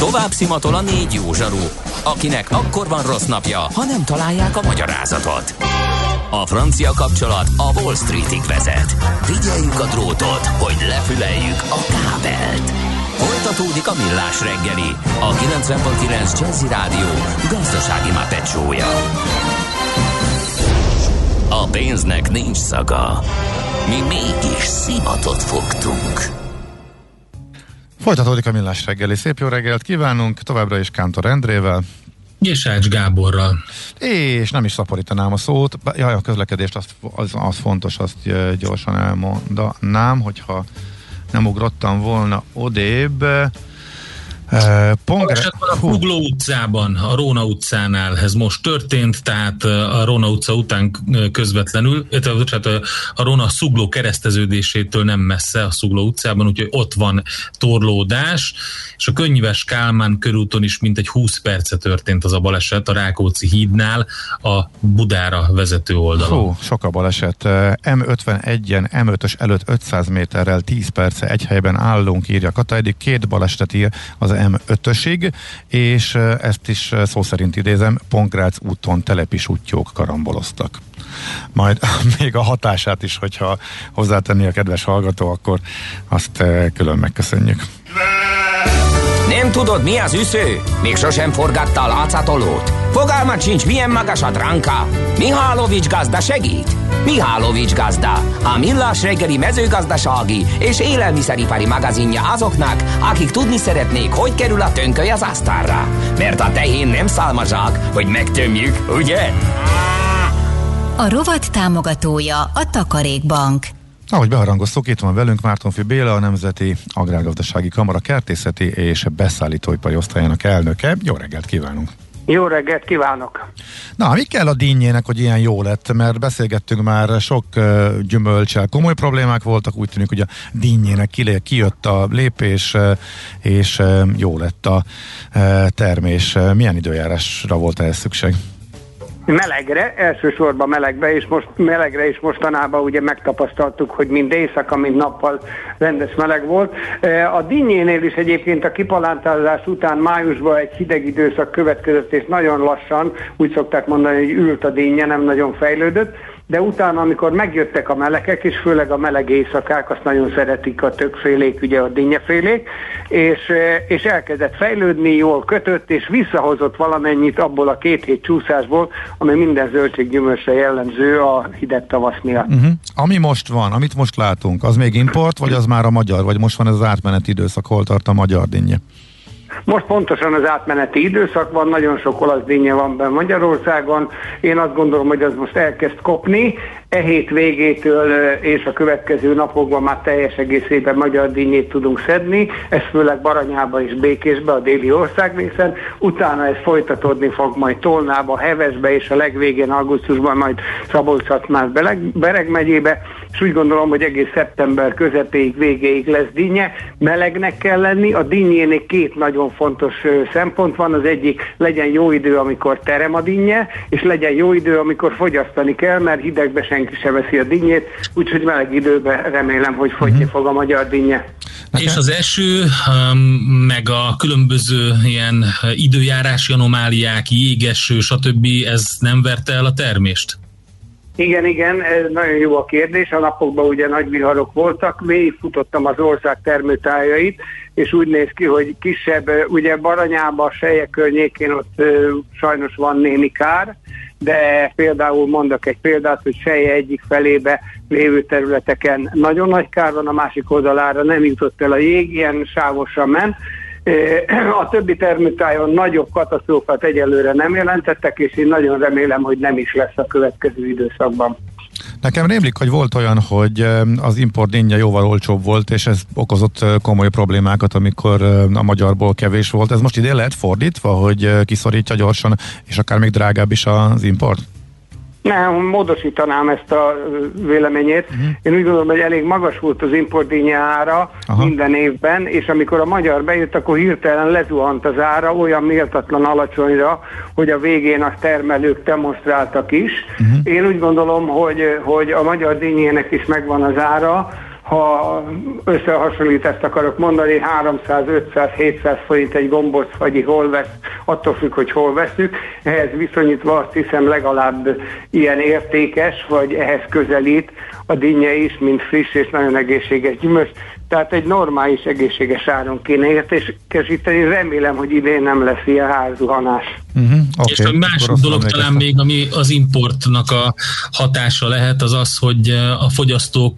Tovább szimatol a 4 jó zsaru, akinek akkor van rossz napja, ha nem találják a magyarázatot. A francia kapcsolat a Wall Streetig vezet. Figyeljük a drótot, hogy lefüleljük a kábelt. Folytatódik a Millás reggeli, a 90.9 Jazzy Rádió gazdasági mápecsója. A pénznek nincs szaga. Mi mégis szimatot fogtunk. Folytatódik a Millás reggeli. Szép jó reggelt kívánunk, továbbra is Kántor Endrével. És Ács Gáborral. És nem is szaporítanám a szót. Jaj, a közlekedést az fontos, azt gyorsan elmondanám, hogyha nem ugrottam volna odébb. A Fugló utcában, a Róna utcánál ez most történt, tehát a Róna utca után közvetlenül, tehát a Róna Zugló kereszteződésétől nem messze a Zugló utcában, úgyhogy ott van torlódás, és a Könyves Kálmán körúton is mintegy 20 perce történt az a baleset a Rákóczi hídnál a Budára vezető oldalon. Sok a baleset. M51-en, M5-ös előtt 500 méterrel 10 perce egy helyben állunk, írja Kata, eddig 2 balesetet ír az M5-ösig, és ezt is szó szerint idézem, Pongrác úton telepisúttyók karamboloztak. Majd még a hatását is, hogyha hozzátenni a kedves hallgató, akkor azt külön megköszönjük. Nem tudod, mi az üsző? Még sosem forgatta a látszatolót? Fogalmat sincs, milyen magas a dránka? Mihálovics gazda segít? Mihálovics gazda, a Millás reggeli mezőgazdasági és élelmiszeripari magazinja azoknak, akik tudni szeretnék, hogy kerül a tönköly az asztalra. Mert a tehén nem szálmazsák, hogy megtömjük, ugye? A rovat támogatója a Takarékbank. Ahogy beharangoztuk, itt van velünk Mártonffy Béla, a Nemzeti Agrárgazdasági Kamara kertészeti és beszállítóipari osztályának elnöke. Jó reggelt kívánunk! Jó reggelt kívánok! Na, mi kell a dinnyének, hogy ilyen jó lett? Mert beszélgettünk már sok gyümölccsel, komoly problémák voltak, úgy tűnik, hogy a dinnyének kijött a lépés, és jó lett a termés. Milyen időjárásra volt ehhez szükség? Melegre, elsősorban melegre, és mostanában ugye megtapasztaltuk, hogy mind éjszaka, mind nappal rendes meleg volt. A dinnyénél is egyébként a kipalántázás után májusban egy hideg időszak következett, és nagyon lassan, úgy szokták mondani, hogy ült a dinnye, nem nagyon fejlődött, de utána, amikor megjöttek a melegek, és főleg a meleg éjszakák, azt nagyon szeretik a többfélék, ugye a dinnyefélék, és elkezdett fejlődni, jól kötött, és visszahozott valamennyit abból a 2 hét csúszásból, ami minden zöldséggyümölcsre jellemző a hideg tavasz miatt. Ami most van, amit most látunk, az még import, vagy az már a magyar, vagy most van ez az átmeneti időszak, hol tart a magyar dinnye? Most pontosan az átmeneti időszak van, nagyon sok olasz dinnye van benne Magyarországon. Én azt gondolom, hogy az most elkezd kopni. E hét végétől és a következő napokban már teljes egészében magyar dinnyét tudunk szedni. Ez főleg Baranyába és Békésbe, a déli országrészen. Utána ez folytatódni fog majd Tolnába, Hevesbe, és a legvégén augusztusban majd Szabolcs-Szatmár Bereg megyébe. És úgy gondolom, hogy egész szeptember közepéig, végéig lesz dinnye. Melegnek kell lenni. A dinnyének 2 nagyon fontos szempont van. Az egyik, legyen jó idő, amikor terem a dinnye, és legyen jó idő, amikor fogyasztani kell, mert hidegbe senki se veszi a dinnyét, úgyhogy meleg időben remélem, hogy fogyni fog a magyar dinnye. És az eső, meg a különböző ilyen időjárási anomáliák, jégeső, stb. Ez nem verte el a termést? Igen, ez nagyon jó a kérdés. A napokban ugye nagy viharok voltak, végigfutottam az ország termőtájait, és úgy néz ki, hogy kisebb, ugye Baranyában, Selye környékén ott sajnos van némi kár, de például mondok egy példát, hogy Selye egyik felébe lévő területeken nagyon nagy kár van, a másik oldalára nem jutott el a jég, ilyen sávosan ment. A többi termőtájon nagyobb katasztrófát egyelőre nem jelentettek, és én nagyon remélem, hogy nem is lesz a következő időszakban. Nekem rémlik, hogy volt olyan, hogy az import dinnye jóval olcsóbb volt, és ez okozott komoly problémákat, amikor a magyarból kevés volt. Ez most idén lehet fordítva, hogy kiszorítja gyorsan, és akár még drágább is az import? Nem, módosítanám ezt a véleményét. Én úgy gondolom, hogy elég magas volt az importdinnye ára minden évben, és amikor a magyar bejött, akkor hirtelen lezuhant az ára olyan méltatlan alacsonyra, hogy a végén a termelők demonstráltak is. Én úgy gondolom, hogy a magyar dinnyének is megvan az ára. ha összehasonlítást akarok mondani, 300, 500, 700 forint egy gombócfagyi hol vesz, attól függ, hogy hol veszük. Ehhez viszonyítva azt hiszem legalább ilyen értékes, vagy ehhez közelít a dinnye is, mint friss és nagyon egészséges gyümölcs. Tehát egy normális, egészséges áron kéne értékesíteni. Remélem, hogy idén nem lesz ilyen hárzuhanás. Okay. És a másik dolog talán még, ami az importnak a hatása lehet, az az, hogy a fogyasztók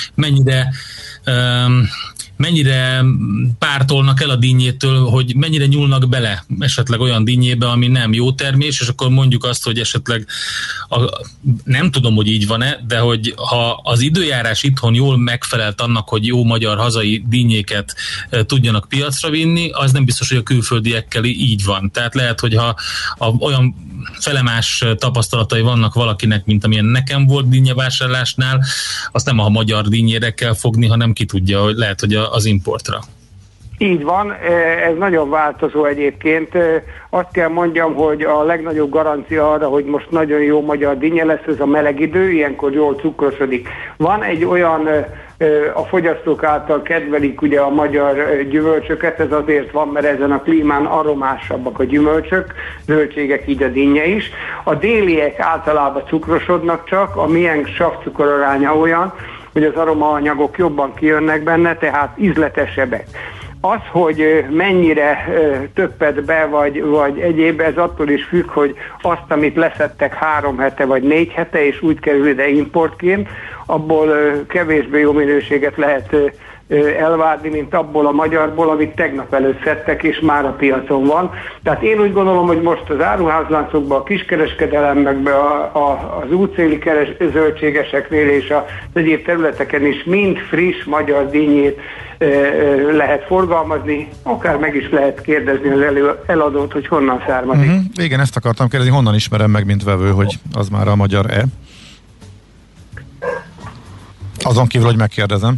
mennyire pártolnak el a dinnyétől, hogy mennyire nyúlnak bele esetleg olyan dinnyébe, ami nem jó termés, és akkor mondjuk azt, hogy esetleg nem tudom, hogy így van-e, de hogy ha az időjárás itthon jól megfelelt annak, hogy jó magyar hazai dinnyéket tudjanak piacra vinni, az nem biztos, hogy a külföldiekkel így van. Tehát lehet, hogy ha olyan felemás tapasztalatai vannak valakinek, mint amilyen nekem volt dinnyevásárlásnál, azt nem a magyar dinnyére kell fogni, hanem ki tudja, hogy lehet, hogy az importra. Így van, ez nagyon változó egyébként. Azt kell mondjam, hogy a legnagyobb garancia arra, hogy most nagyon jó magyar dinnye lesz, ez a meleg idő, ilyenkor jól cukrosodik. Van egy olyan, a fogyasztók által kedvelik ugye a magyar gyümölcsöket, ez azért van, mert ezen a klímán aromásabbak a gyümölcsök, zöldségek, így a dinnye is. A déliek általában cukrosodnak csak, a miénk savcukor aránya olyan, hogy az aromaanyagok jobban kijönnek benne, tehát ízletesebbek. Az, hogy mennyire többet be, vagy egyéb, ez attól is függ, hogy azt, amit leszettek 3 hete vagy 4 hete, és úgy kerül ide importként, abból kevésbé jó minőséget lehet elvárni, mint abból a magyarból, amit tegnap előtt szedtek, és már a piacon van. Tehát én úgy gondolom, hogy most az áruházláncokban, a kiskereskedelemekben, az útszéli zöldségeseknél és az egyéb területeken is mind friss magyar dinnyét lehet forgalmazni, akár meg is lehet kérdezni az eladót, hogy honnan származik. Igen, ezt akartam kérdezni, honnan ismerem meg, mint vevő, hogy az már a magyar-e? Azon kívül, hogy megkérdezem.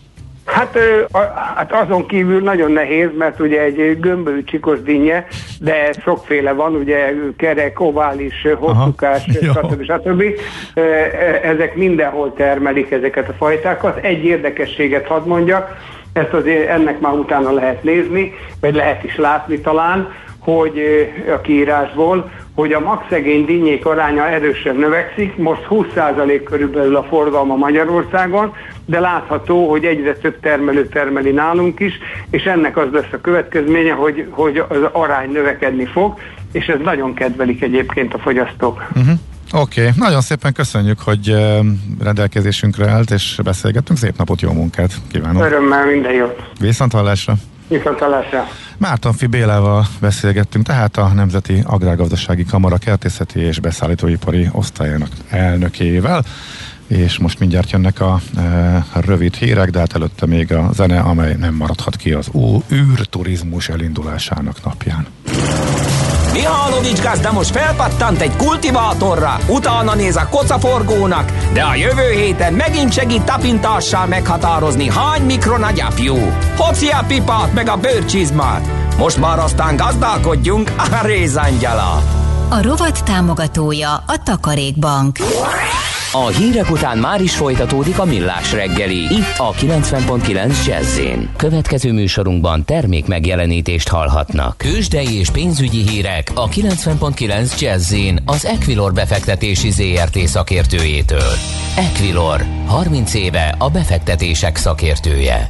Hát azon kívül nagyon nehéz, mert ugye egy gömbölű csikos dinnye, de sokféle van, ugye kerek, ovális, hosszúkás, stb. Ezek mindenhol termelik ezeket a fajtákat. Egy érdekességet hadd mondjak, ezt azért ennek már utána lehet nézni, vagy lehet is látni talán, hogy a kiírásból, hogy a magszegény dinnyék aránya erősen növekszik, most 20% körülbelül a forgalma Magyarországon, de látható, hogy egyre több termelő termeli nálunk is, és ennek az lesz a következménye, hogy az arány növekedni fog, és ez nagyon kedvelik egyébként a fogyasztók. Oké, nagyon szépen köszönjük, hogy rendelkezésünkre állt, és beszélgettünk. Szép napot, jó munkát kívánok! Örömmel, minden jót! Viszonthallásra! Viszonthallásra! Mártonfi Bélával beszélgettünk, tehát a Nemzeti Agrárgazdasági Kamara kertészeti és beszállítóipari osztályának elnökével, és most mindjárt jönnek a rövid hírek, de hát előtte még a zene, amely nem maradhat ki az űrturizmus elindulásának napján. Mihálovics gazda most felpattant egy kultivátorra, utána néz a kocaforgónak, de a jövő héten megint segít tapintással meghatározni, hány mikron a gyapjú. Hoci a pipát meg a bőrcsizmát. Most már aztán gazdálkodjunk a rézangyala. A rovat támogatója a Takarékbank. A hírek után már is folytatódik a Millás reggeli, itt a 90.9 Jazz-én. Következő műsorunkban termék megjelenítést hallhatnak. Tőzsdei és pénzügyi hírek a 90.9 Jazz-én az Equilor befektetési ZRT szakértőjétől. Equilor, 30 éve a befektetések szakértője.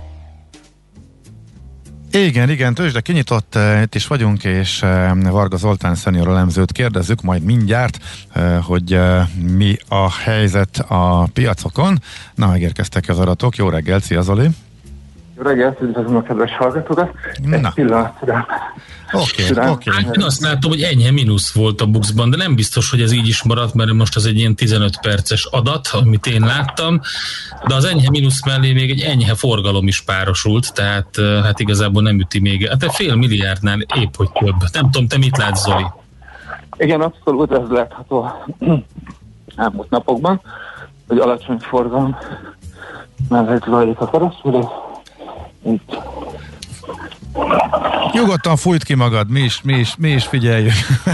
Igen, tőzsde kinyitott, itt is vagyunk, és Varga Zoltán szenior elemzőt kérdezzük majd mindjárt, hogy mi a helyzet a piacokon. Na, megérkeztek az adatok. Jó reggelt, szia Zoli! Jó reggelt, üdvözlöm a kedves hallgatókat! Egy pillanatra. Oké. Én azt látom, hogy enyhe mínusz volt a BUX-ban, de nem biztos, hogy ez így is maradt, mert most az egy ilyen 15 perces adat, amit én láttam, de az enyhe mínusz mellé még egy enyhe forgalom is párosult, tehát hát igazából nem üti még. Hát fél milliárdnál épp hogy több. Nem tudom, te mit látsz, Zoli? Igen, abszolút ez látható elmúlt napokban, hogy alacsony forgalom mellett zajlik a kereskedés. Itt Nyugodtan fújt ki magad, mi is figyeljük.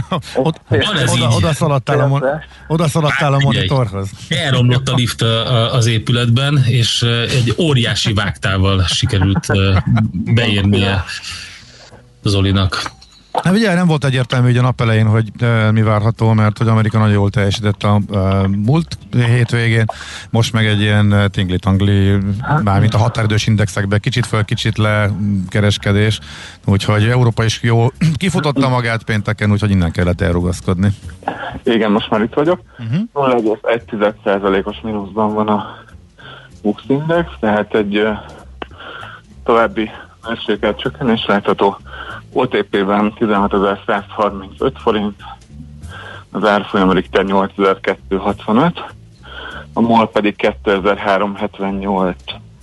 Oda szaladtál a monitorhoz. Elromlott a lift az épületben, és egy óriási vágtával sikerült beérnie Zolinak. Hát ugye nem volt egyértelmű ugye a nap elején, hogy mi várható, mert hogy Amerika nagyon jól teljesített a múlt hétvégén, most meg egy ilyen tingli-tangli, mármint a határidős indexekben kicsit föl, kicsit le kereskedés, úgyhogy Európa is jó kifutotta magát pénteken, úgyhogy innen kellett elrugaszkodni. Igen, most már itt vagyok. 0,1%-os mínuszban van a Bux Index, tehát egy további mérsékelt csökkenés látható. OTP-ben 16.135 forint, az árfolyam Richter 8.265, a MOL pedig 2.378.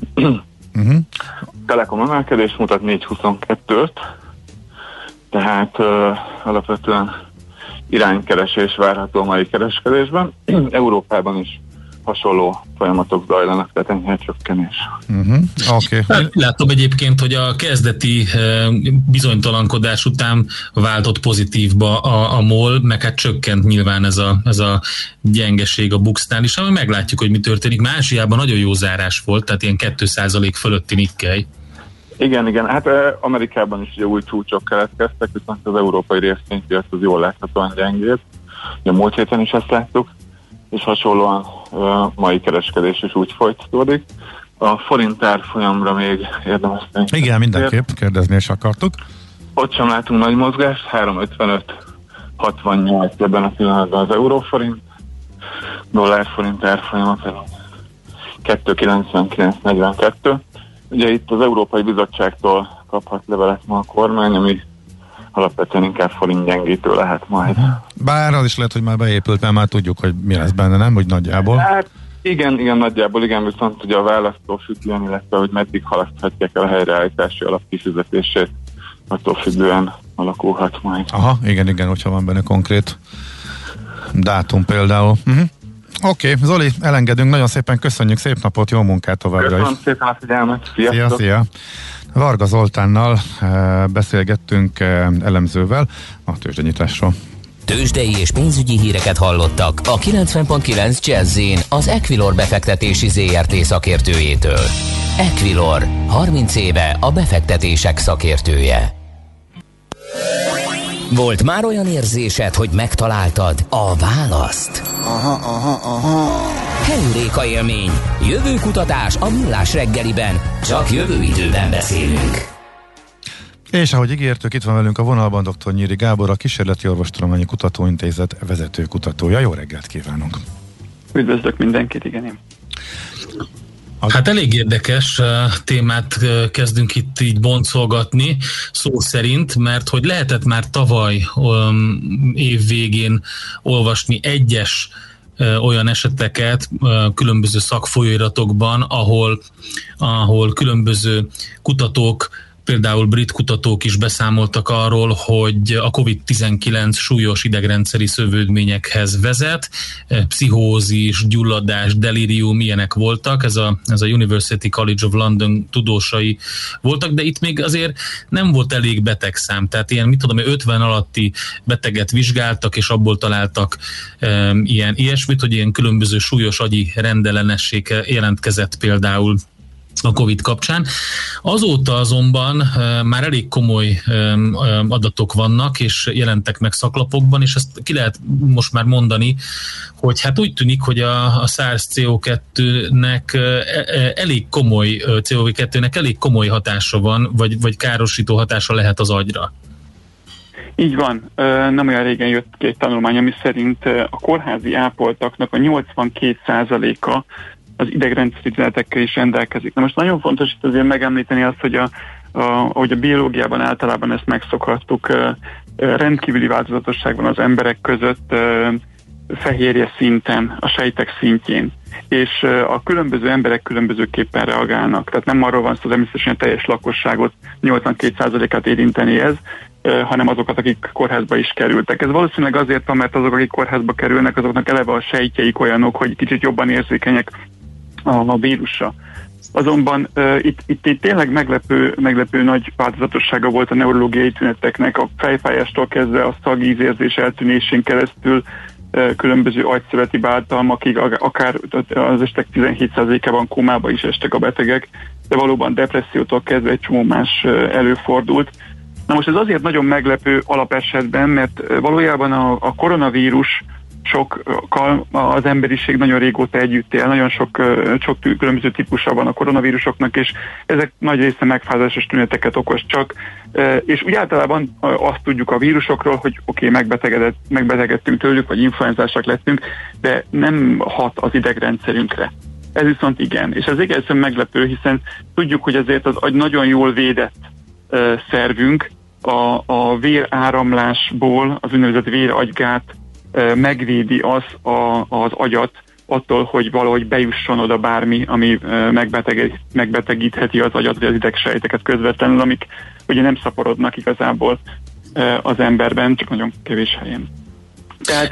Telekom emelkedés mutat 4.22-t, tehát alapvetően iránykeresés várható a mai kereskedésben. Európában is hasonló folyamatok zajlanak, tehát enyhe csökkenés. Okay. Látom egyébként, hogy a kezdeti bizonytalankodás után váltott pozitívba a MOL, meg hát csökkent nyilván ez a gyengeség a Buxnál is, ami meglátjuk, hogy mi történik. Ázsiában nagyon jó zárás volt, tehát ilyen 2% fölötti Nikkei. Igen, hát Amerikában is ugye új csúcsok keletkeztek, viszont az európai részvénypiac az jól láthatóan gyengébb. A múlt héten is ezt láttuk, és hasonlóan mai kereskedés is úgy folytatódik. A forint árfolyamra még érdemes. Igen, mindenképp kérdezni is akartuk. Ott sem látunk nagy mozgást, 3,55-68 ebben a pillanatban az euróforint, dollárforint árfolyama pedig 2,9942. Ugye itt az Európai Bizottságtól kaphat levelet ma a kormány, ami alapvetően inkább forintgyengítő lehet majd. Bár az is lehet, hogy már beépült, mert már tudjuk, hogy mi lesz benne, nem? Hogy nagyjából. Hát igen, nagyjából igen, viszont ugye a választól függően, illetve hogy meddig halaszthatják el a helyreállítási alap kifizetését, attól függően alakulhat majd. Aha, igen, hogyha van benne konkrét dátum például. Oké, Zoli, elengedünk, nagyon szépen köszönjük, szép napot, jó munkát továbbra is. Köszönöm szépen a figyelmet, sziasztok! Szia! Varga Zoltánnal beszélgettünk elemzővel a tőzsdenyításról. Tőzsdei és pénzügyi híreket hallottak a 90.9 Jazz-in az Equilor befektetési ZRT szakértőjétől. Equilor, 30 éve a befektetések szakértője. Volt már olyan érzésed, hogy megtaláltad a választ? Aha. Heuréka élmény, jövőkutatás a Millás reggeliben, csak jövő időben beszélünk. És ahogy ígértük, itt van velünk a vonalban dr. Nyíri Gábor, a Kísérleti Orvostudományi Kutatóintézet vezető kutatója. Jó reggelt kívánunk! Üdvözlök mindenkit, igen én. Hát elég érdekes témát kezdünk itt így boncolgatni, szó szerint, mert hogy lehetett már tavaly év végén olvasni egyes olyan eseteket különböző szakfolyóiratokban, ahol különböző kutatók, például brit kutatók is beszámoltak arról, hogy a COVID-19 súlyos idegrendszeri szövődményekhez vezet, pszichózis, gyulladás, delírium, ilyenek voltak, ez a University College of London tudósai voltak, de itt még azért nem volt elég betegszám, tehát ilyen, 50 alatti beteget vizsgáltak, és abból találtak ilyesmit, hogy ilyen különböző súlyos agyi rendellenesség jelentkezett például a COVID kapcsán. Azóta azonban már elég komoly adatok vannak, és jelentek meg szaklapokban, és ezt ki lehet most már mondani, hogy hát úgy tűnik, hogy a SARS-CoV-2-nek elég komoly CoV-2-nek elég komoly hatása van, vagy károsító hatása lehet az agyra. Így van. Nem olyan régen jött ki egy tanulmány, ami szerint a kórházi ápoltaknak a 82%-a az idegrendszeri tünetekkel is rendelkezik. Na most nagyon fontos itt azért megemlíteni azt, hogy ahogy a biológiában általában ezt megszokhattuk, rendkívüli változatosság van az emberek között fehérje szinten, a sejtek szintjén. És a különböző emberek különbözőképpen reagálnak. Tehát nem arról van szó, természetesen a teljes lakosságot 82%-át érinteni ez, hanem azokat, akik kórházba is kerültek. Ez valószínűleg azért van, mert azok, akik kórházba kerülnek, azoknak eleve a sejtjeik olyanok, hogy kicsit jobban érzékenyek a vírusra. Azonban itt tényleg meglepő nagy változatossága volt a neurológiai tüneteknek, a fejfájástól kezdve a szagízérzés eltűnésén keresztül különböző agyszöveti bántalmakig, akár az estek 17%-ában kómába is estek a betegek, de valóban depressziótól kezdve egy csomó más előfordult. Na most ez azért nagyon meglepő alapesetben, mert valójában a koronavírus sokkal az emberiség nagyon régóta együtt él, nagyon sok különböző típusa van a koronavírusoknak, és ezek nagy része megfázásos tüneteket okoz csak, és úgy általában azt tudjuk a vírusokról, hogy oké, megbetegedtünk tőlük, vagy influenzásak lettünk, de nem hat az idegrendszerünkre. Ez viszont igen, és ez egészen meglepő, hiszen tudjuk, hogy azért az agy nagyon jól védett szervünk, a véráramlásból, az úgynevezett véragygát megvédi az agyat attól, hogy valahogy bejusson oda bármi, ami megbetegítheti az agyat, vagy az idegsejteket közvetlenül, amik ugye nem szaporodnak igazából az emberben, csak nagyon kevés helyen. Tehát,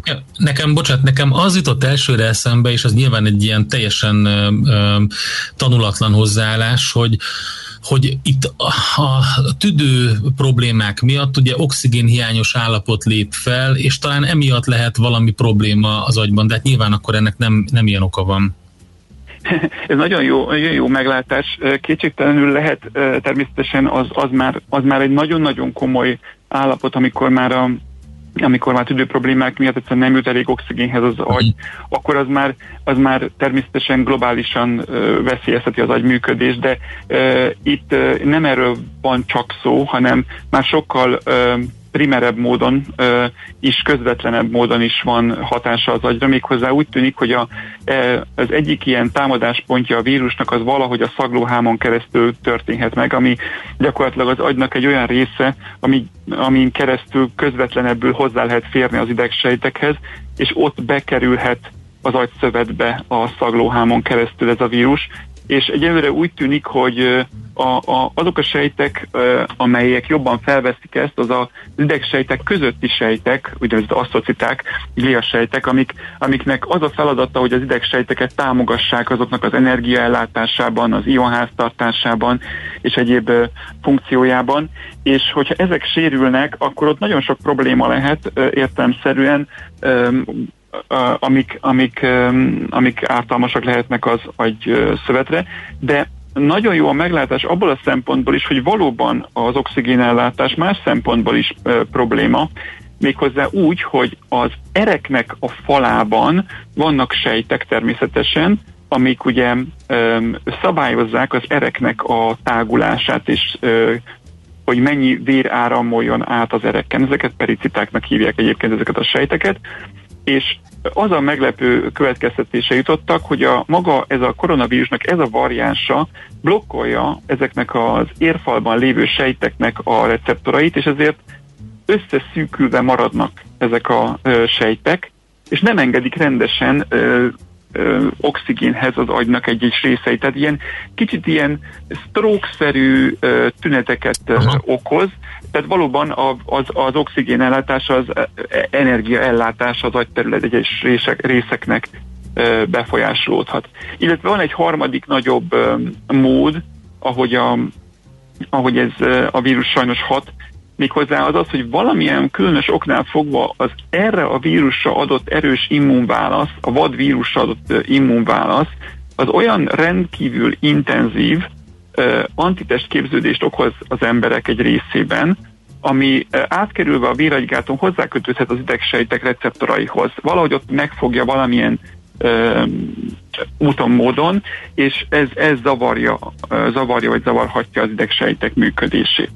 nekem az jutott elsőre eszembe, és az nyilván egy ilyen teljesen tanulatlan hozzáállás, hogy itt a tüdő problémák miatt ugye oxigénhiányos állapot lép fel, és talán emiatt lehet valami probléma az agyban, de hát nyilván akkor ennek nem ilyen oka van. Ez nagyon jó meglátás. Kétségtelenül lehet természetesen az már egy nagyon-nagyon komoly állapot, amikor már tüdő problémák miatt egyszerűen nem jut elég oxigénhez az agy, akkor az már természetesen globálisan veszélyezteti az agy működést, de itt nem erről van csak szó, hanem már sokkal primerebb módon is, közvetlenebb módon is van hatása az agyra, méghozzá úgy tűnik, hogy az egyik ilyen támadáspontja a vírusnak az valahogy a szaglóhámon keresztül történhet meg, ami gyakorlatilag az agynak egy olyan része, amin keresztül közvetlenebbül hozzá lehet férni az idegsejtekhez, és ott bekerülhet az agyszövetbe a szaglóhámon keresztül ez a vírus, és egyelőre úgy tűnik, hogy azok a sejtek, amelyek jobban felveszik ezt, az az idegsejtek közötti sejtek, úgynevezett asztociták, gliasejtek, amiknek az a feladata, hogy az idegsejteket támogassák azoknak az energiaellátásában, az ionháztartásában és egyéb funkciójában, és hogyha ezek sérülnek, akkor ott nagyon sok probléma lehet értelemszerűen, amik ártalmasak lehetnek az agyszövetre, de nagyon jó a meglátás abból a szempontból is, hogy valóban az oxigénellátás más szempontból is probléma, méghozzá úgy, hogy az ereknek a falában vannak sejtek természetesen, amik ugye szabályozzák az ereknek a tágulását, és hogy mennyi vér áramoljon át az ereken. Ezeket pericitáknak hívják egyébként ezeket a sejteket, és az a meglepő következtetése jutottak, hogy ez a koronavírusnak ez a variánsa blokkolja ezeknek az érfalban lévő sejteknek a receptorait, és ezért összeszűkülve maradnak ezek a sejtek, és nem engedik rendesen oxigénhez az agynak egy részeit. Tehát kicsit ilyen stroke-szerű tüneteket okoz, tehát valóban az oxigénellátás, az energiaellátás az agyterület egyes részeknek befolyásolódhat. Illetve van egy harmadik nagyobb mód, ahogy ez a vírus sajnos hat, méghozzá az, hogy valamilyen különös oknál fogva az erre a vírusra adott erős immunválasz, a vadvírusra adott immunválasz, az olyan rendkívül intenzív antitestképződést okoz az emberek egy részében, ami átkerülve a véragygáton hozzákötődhet az idegsejtek receptoraihoz. Valahogy ott megfogja valamilyen úton, módon, és ez zavarja vagy zavarhatja az idegsejtek működését.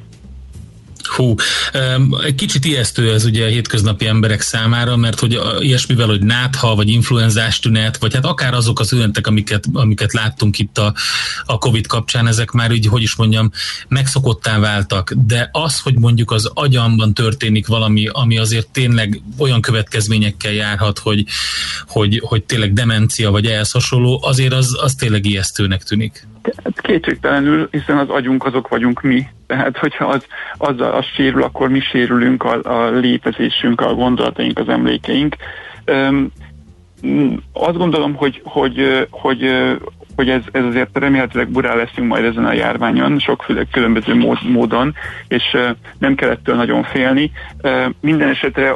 Egy kicsit ijesztő ez ugye a hétköznapi emberek számára, mert hogy ilyesmivel, hogy nátha, vagy influenzás tünet, vagy hát akár azok az tünetek, amiket láttunk itt a Covid kapcsán, ezek már így, hogy is mondjam, megszokottá váltak, de az, hogy mondjuk az agyamban történik valami, ami azért tényleg olyan következményekkel járhat, hogy tényleg demencia, vagy ehhez hasonló, azért az tényleg ijesztőnek tűnik. Kétségtelenül, hiszen az agyunk azok vagyunk mi. Tehát, hogyha az sérül, akkor mi sérülünk, a létezésünk, a gondolataink, az emlékeink. Azt gondolom, hogy hogy ez azért remélhetőleg burán leszünk majd ezen a járványon, sokféle különböző módon, és nem kell ettől nagyon félni. Minden esetre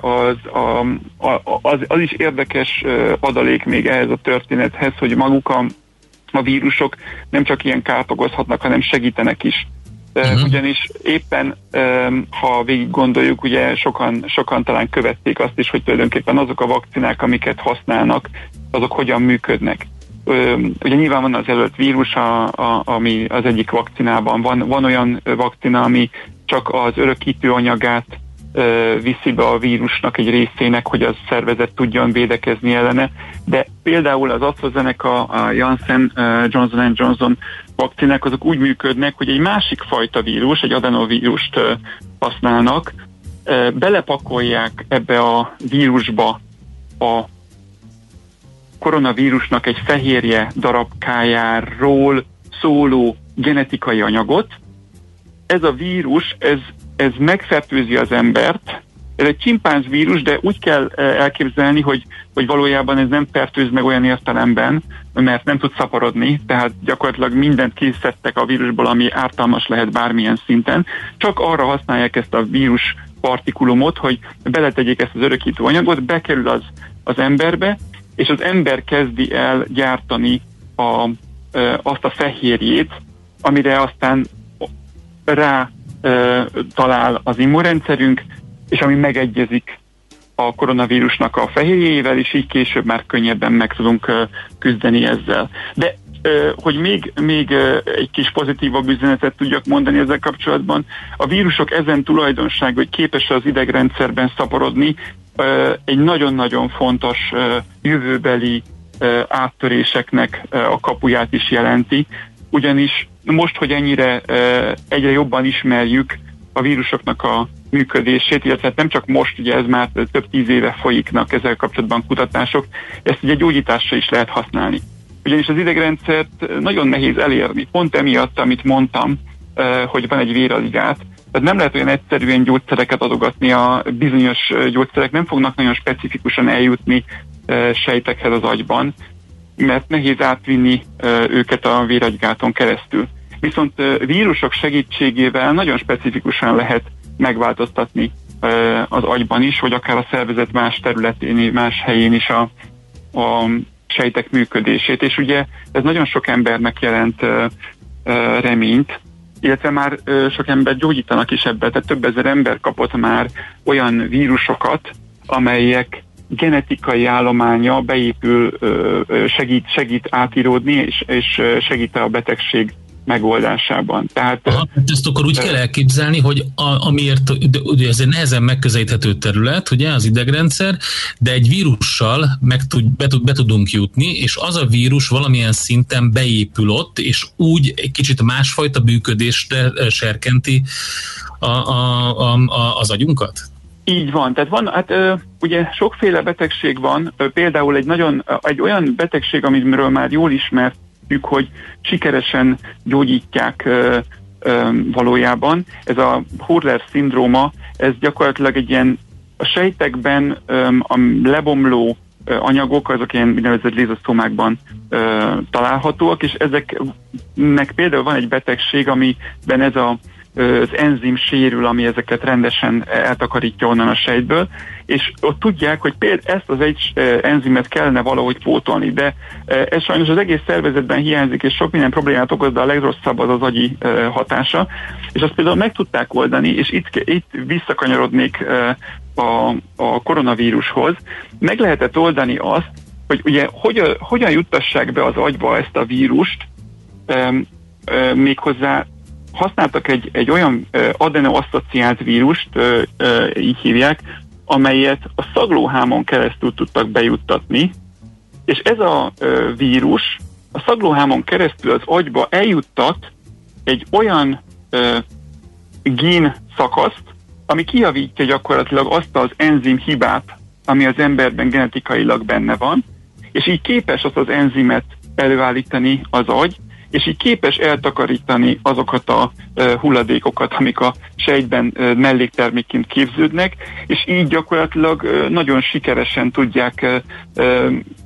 az is érdekes adalék még ehhez a történethez, hogy maguk a vírusok nem csak ilyen kárt okozhatnak, hanem segítenek is. Ugyanis éppen, ha végig gondoljuk, ugye sokan talán követték azt is, hogy tulajdonképpen azok a vakcinák, amiket használnak, azok hogyan működnek. Ugye nyilván van az előtt vírus, ami az egyik vakcinában van olyan vakcina, ami csak az örökítő anyagát viszi be a vírusnak egy részének, hogy az szervezet tudjon védekezni ellene, de például az AstraZeneca, a Janssen, Johnson & Johnson vakcinák azok úgy működnek, hogy egy másik fajta vírus, egy adenovírust használnak, belepakolják ebbe a vírusba a koronavírusnak egy fehérje darabkájáról szóló genetikai anyagot. Ez a vírus, ez megfertőzi az embert. Ez egy csimpánz vírus, de úgy kell elképzelni, hogy valójában ez nem fertőz meg olyan értelemben, mert nem tud szaporodni, tehát gyakorlatilag mindent kiszedtek a vírusból, ami ártalmas lehet bármilyen szinten. Csak arra használják ezt a vírus partikulumot, hogy beletegyék ezt az örökítő anyagot, bekerül az emberbe, és az ember kezdi el gyártani azt a fehérjét, amire aztán rá talál az immunrendszerünk, és ami megegyezik a koronavírusnak a fehérjével, és így később már könnyebben meg tudunk küzdeni ezzel. De hogy még egy kis pozitívabb üzenetet tudjak mondani ezzel kapcsolatban, a vírusok ezen tulajdonság, hogy képes az idegrendszerben szaporodni, egy nagyon-nagyon fontos jövőbeli áttöréseknek a kapuját is jelenti, ugyanis most, hogy ennyire egyre jobban ismerjük a vírusoknak a működését, illetve nem csak most, ugye ez már több 10 éve folyiknak ezzel kapcsolatban kutatások, ezt ugye gyógyításra is lehet használni. Ugyanis az idegrendszert nagyon nehéz elérni, pont emiatt, amit mondtam, hogy van egy véraligát. Tehát nem lehet olyan egyszerűen gyógyszereket adogatni, a bizonyos gyógyszerek nem fognak nagyon specifikusan eljutni sejtekhez az agyban, mert nehéz átvinni őket a véraligáton keresztül. Viszont vírusok segítségével nagyon specifikusan lehet megváltoztatni az agyban is, vagy akár a szervezet más területén, más helyén is a sejtek működését. És ugye ez nagyon sok embernek jelent reményt, illetve már sok ember gyógyítanak is ebben, tehát több ezer ember kapott már olyan vírusokat, amelyek genetikai állománya beépül, segít átíródni, és segít a betegség megoldásában. Tehát, ezt akkor úgy kell elképzelni, hogy amiért ugye ez egy nehezen megközelíthető terület, ugye az idegrendszer, de egy vírussal be tudunk jutni, és az a vírus valamilyen szinten beépül ott, és úgy egy kicsit másfajta működésre serkenti az agyunkat? Így van, tehát van, ugye sokféle betegség van, például egy olyan betegség, amiről már jól ismertük, hogy sikeresen gyógyítják valójában. Ez a Hurler-szindróma, ez gyakorlatilag egy ilyen a sejtekben a lebomló anyagok, azok ilyen úgynevezett lizoszómákban találhatóak, és ezeknek például van egy betegség, amiben ez az enzim sérül, ami ezeket rendesen eltakarítja onnan a sejtből, és ott tudják, hogy például ezt az egy enzimet kellene valahogy pótolni, de ez sajnos az egész szervezetben hiányzik, és sok minden problémát okoz, de a legrosszabb az agyi hatása, és azt például meg tudták oldani, és itt visszakanyarodnék a koronavírushoz. Meg lehetett oldani azt, hogy ugye hogyan juttassák be az agyba ezt a vírust, méghozzá használtak egy olyan adenoasszociált vírust, így hívják, amelyet a szaglóhámon keresztül tudtak bejuttatni, és ez a vírus a szaglóhámon keresztül az agyba eljuttat egy olyan gén szakaszt, ami kijavítja gyakorlatilag azt az enzim hibát, ami az emberben genetikailag benne van, és így képes azt az enzimet előállítani az agy, és így képes eltakarítani azokat a hulladékokat, amik a sejtben melléktermékként képződnek, és így gyakorlatilag nagyon sikeresen tudják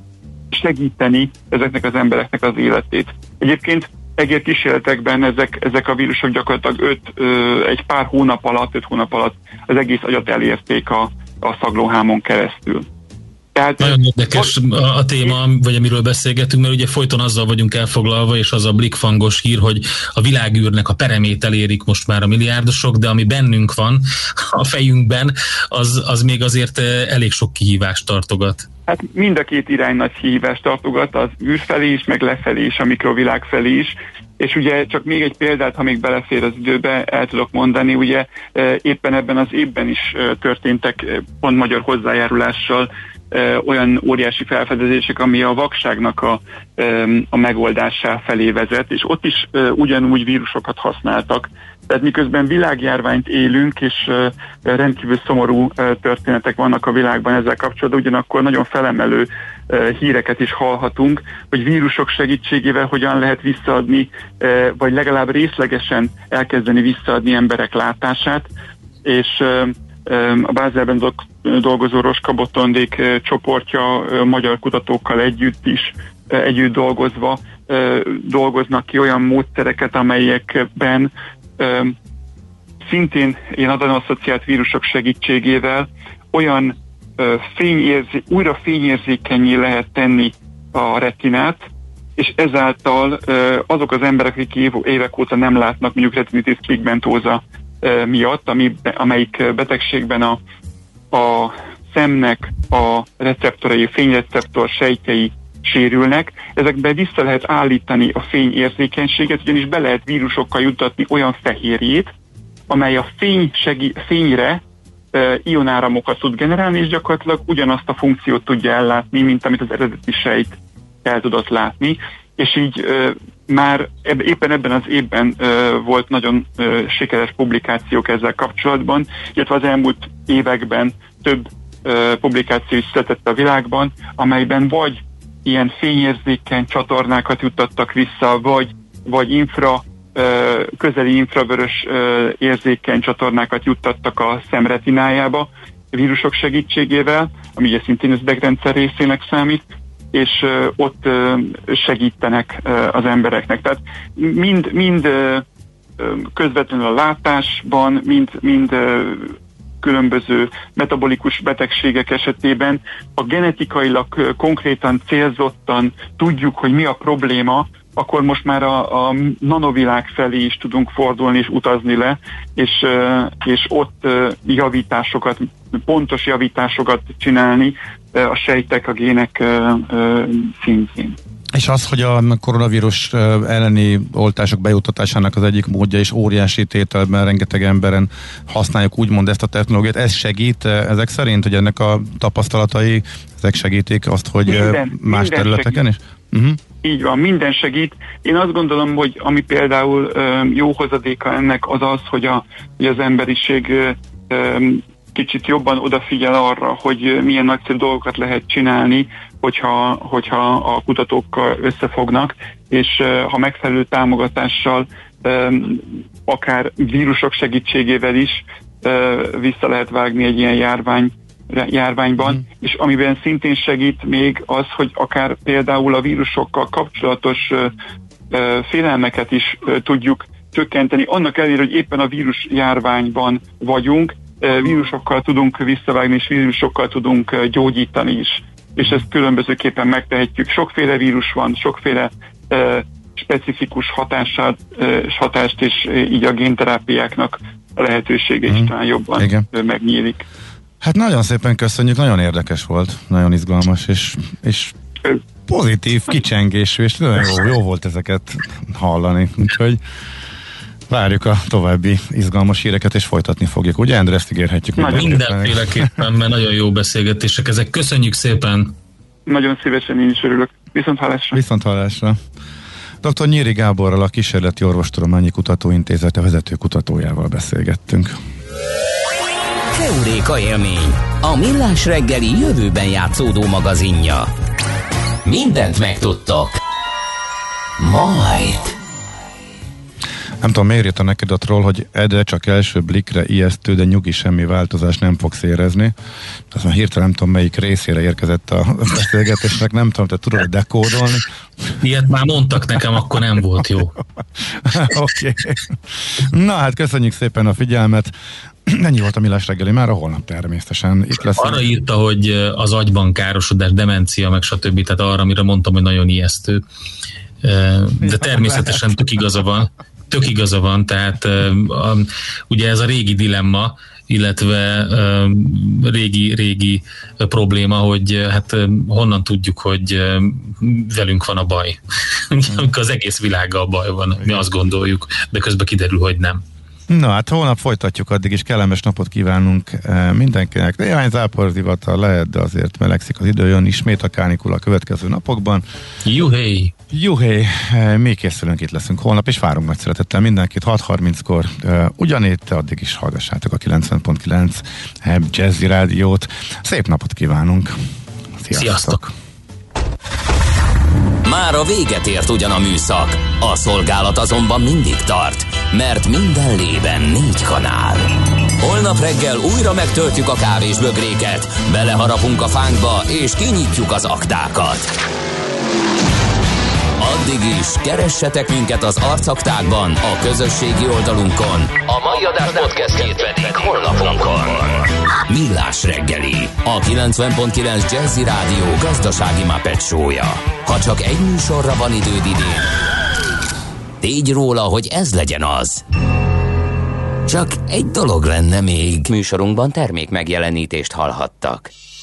segíteni ezeknek az embereknek az életét. Egyébként egérkísérletekben ezek a vírusok gyakorlatilag 5 hónap alatt az egész agyat elérték a szaglóhámon keresztül. Tehát nagyon érdekes a téma, vagy amiről beszélgetünk, mert ugye folyton azzal vagyunk elfoglalva, és az a blikfangos hír, hogy a világűrnek a peremét elérik most már a milliárdosok, de ami bennünk van a fejünkben, az még azért elég sok kihívást tartogat. Hát mind a két irány nagy kihívást tartogat, az űr felé is, meg lefelé is, a mikrovilág felé is. És ugye csak még egy példát, ha még belefér az időbe, el tudok mondani, ugye éppen ebben az évben is történtek pont magyar hozzájárulással olyan óriási felfedezések, ami a vakságnak a megoldásá felé vezet, és ott is ugyanúgy vírusokat használtak. Tehát miközben világjárványt élünk, és rendkívül szomorú történetek vannak a világban ezzel kapcsolatban, ugyanakkor nagyon felemelő híreket is hallhatunk, hogy vírusok segítségével hogyan lehet visszaadni, vagy legalább részlegesen elkezdeni visszaadni emberek látását, és a Bázelben dolgozó Roska Botondék csoportja magyar kutatókkal együtt dolgozva dolgoznak ki olyan módszereket, amelyekben szintén ilyen adenoasszociált vírusok segítségével olyan újra fényérzékennyé lehet tenni a retinát, és ezáltal azok az emberek, akik évek óta nem látnak, mondjuk retinitis pigmentosa miatt, amelyik betegségben a szemnek a receptorai, fényreceptor sejtjei sérülnek, ezekben vissza lehet állítani a fényérzékenységet, ugyanis be lehet vírusokkal juttatni olyan fehérjét, amely a fényre ionáramokat tud generálni, és gyakorlatilag ugyanazt a funkciót tudja ellátni, mint amit az eredeti sejt el tudott látni, és így már éppen ebben az évben volt nagyon sikeres publikációk ezzel kapcsolatban, illetve az elmúlt években több publikáció is született a világban, amelyben vagy ilyen fényérzékeny csatornákat juttattak vissza, vagy közeli infravörös érzékeny csatornákat juttattak a szemretinájába vírusok segítségével, ami ugye szintén az idegrendszer részének számít, és ott segítenek az embereknek. Tehát mind közvetlenül a látásban, mind különböző metabolikus betegségek esetében a genetikailag konkrétan célzottan tudjuk, hogy mi a probléma, akkor most már a nanovilág felé is tudunk fordulni és utazni le, és ott javításokat, pontos javításokat csinálni a sejtek, a gének szintjén. És az, hogy a koronavírus elleni oltások bejuttatásának az egyik módja és óriási tételben rengeteg emberen használjuk úgymond ezt a technológiát, ez segít ezek szerint, hogy ennek a tapasztalatai, ezek segítik azt, hogy más területeken is? Így van, minden segít. Én azt gondolom, hogy ami például jó hozadéka ennek az, hogy az emberiség kicsit jobban odafigyel arra, hogy milyen nagyszerű dolgokat lehet csinálni, hogyha a kutatókkal összefognak, és ha megfelelő támogatással, akár vírusok segítségével is vissza lehet vágni egy ilyen járványban, és amiben szintén segít még az, hogy akár például a vírusokkal kapcsolatos félelmeket is tudjuk csökkenteni, annak ellenére, hogy éppen a vírus járványban vagyunk, vírusokkal tudunk visszavágni, és vírusokkal tudunk gyógyítani is. És ezt különbözőképpen megtehetjük. Sokféle vírus van, sokféle specifikus hatást, és így a génterápiáknak a lehetősége is talán jobban megnyílik. Hát nagyon szépen köszönjük, nagyon érdekes volt, nagyon izgalmas, és pozitív, kicsengésű, és nagyon jó volt ezeket hallani. Úgyhogy várjuk a további izgalmas híreket, és folytatni fogjuk. Ugye, Endre, ezt ígérhetjük? Mindenféleképpen, mert nagyon jó beszélgetések ezek. Köszönjük szépen! Nagyon szívesen, én is örülök. Viszonthallásra! Viszonthallásra! Dr. Nyíri Gáborral, a Kísérleti Orvostudományi Kutatóintézete vezető kutatójával beszélgettünk. Heuréka élmény, a Millás reggeli jövőben játszódó magazinja. Mindent megtudtok. Majd. Nem tudom, miért írtam neked adatról, hogy Ede csak első blikre ijesztő, de nyugi, semmi változás nem fogsz érezni. Azt már hirtelen nem tudom, melyik részére érkezett a beszélgetésnek, nem tudom, te tudod dekódolni. Ilyet már mondtak nekem, akkor nem volt jó. Oké. Na hát köszönjük szépen a figyelmet. Ennyi volt a Millás reggeli, már a holnap természetesen itt lesz. Arra írta, hogy az agyban károsodás, demencia, meg stb. Tehát arra, amire mondtam, hogy nagyon ijesztő. De természetesen tök igaza van, tehát ugye ez a régi dilemma, illetve régi probléma, hogy hát honnan tudjuk, hogy velünk van a baj. Az egész világgal baj van, mi azt gondoljuk, de közben kiderül, hogy nem. Na hát holnap folytatjuk, addig is kellemes napot kívánunk mindenkinek. Néhány záporzivatar lehet, de azért melegszik az idő, jön ismét a kánikula a következő napokban. Juhé! Juhé! Mi készülünk, itt leszünk holnap, és várunk nagy szeretettel mindenkit 6:30-kor ugyanitt, addig is hallgassátok a 90.9 Jazzy Rádiót. Szép napot kívánunk! Sziasztok! Már a véget ért ugyan a műszak, a szolgálat azonban mindig tart, mert minden lében 4 kanál. Holnap reggel újra megtöltjük a kávésbögréket, beleharapunk a fánkba és kinyitjuk az aktákat. Addig is keressetek minket az arcaktákban, a közösségi oldalunkon, a mai adás podcastjét pedig holnapunkon. Millás reggeli, a 90.9 Jazzy Rádió gazdasági Muppet show-ja. Ha csak egy műsorra van időd idén, tégy róla, hogy ez legyen az. Csak egy dolog lenne még. Műsorunkban termék megjelenítést hallhattak.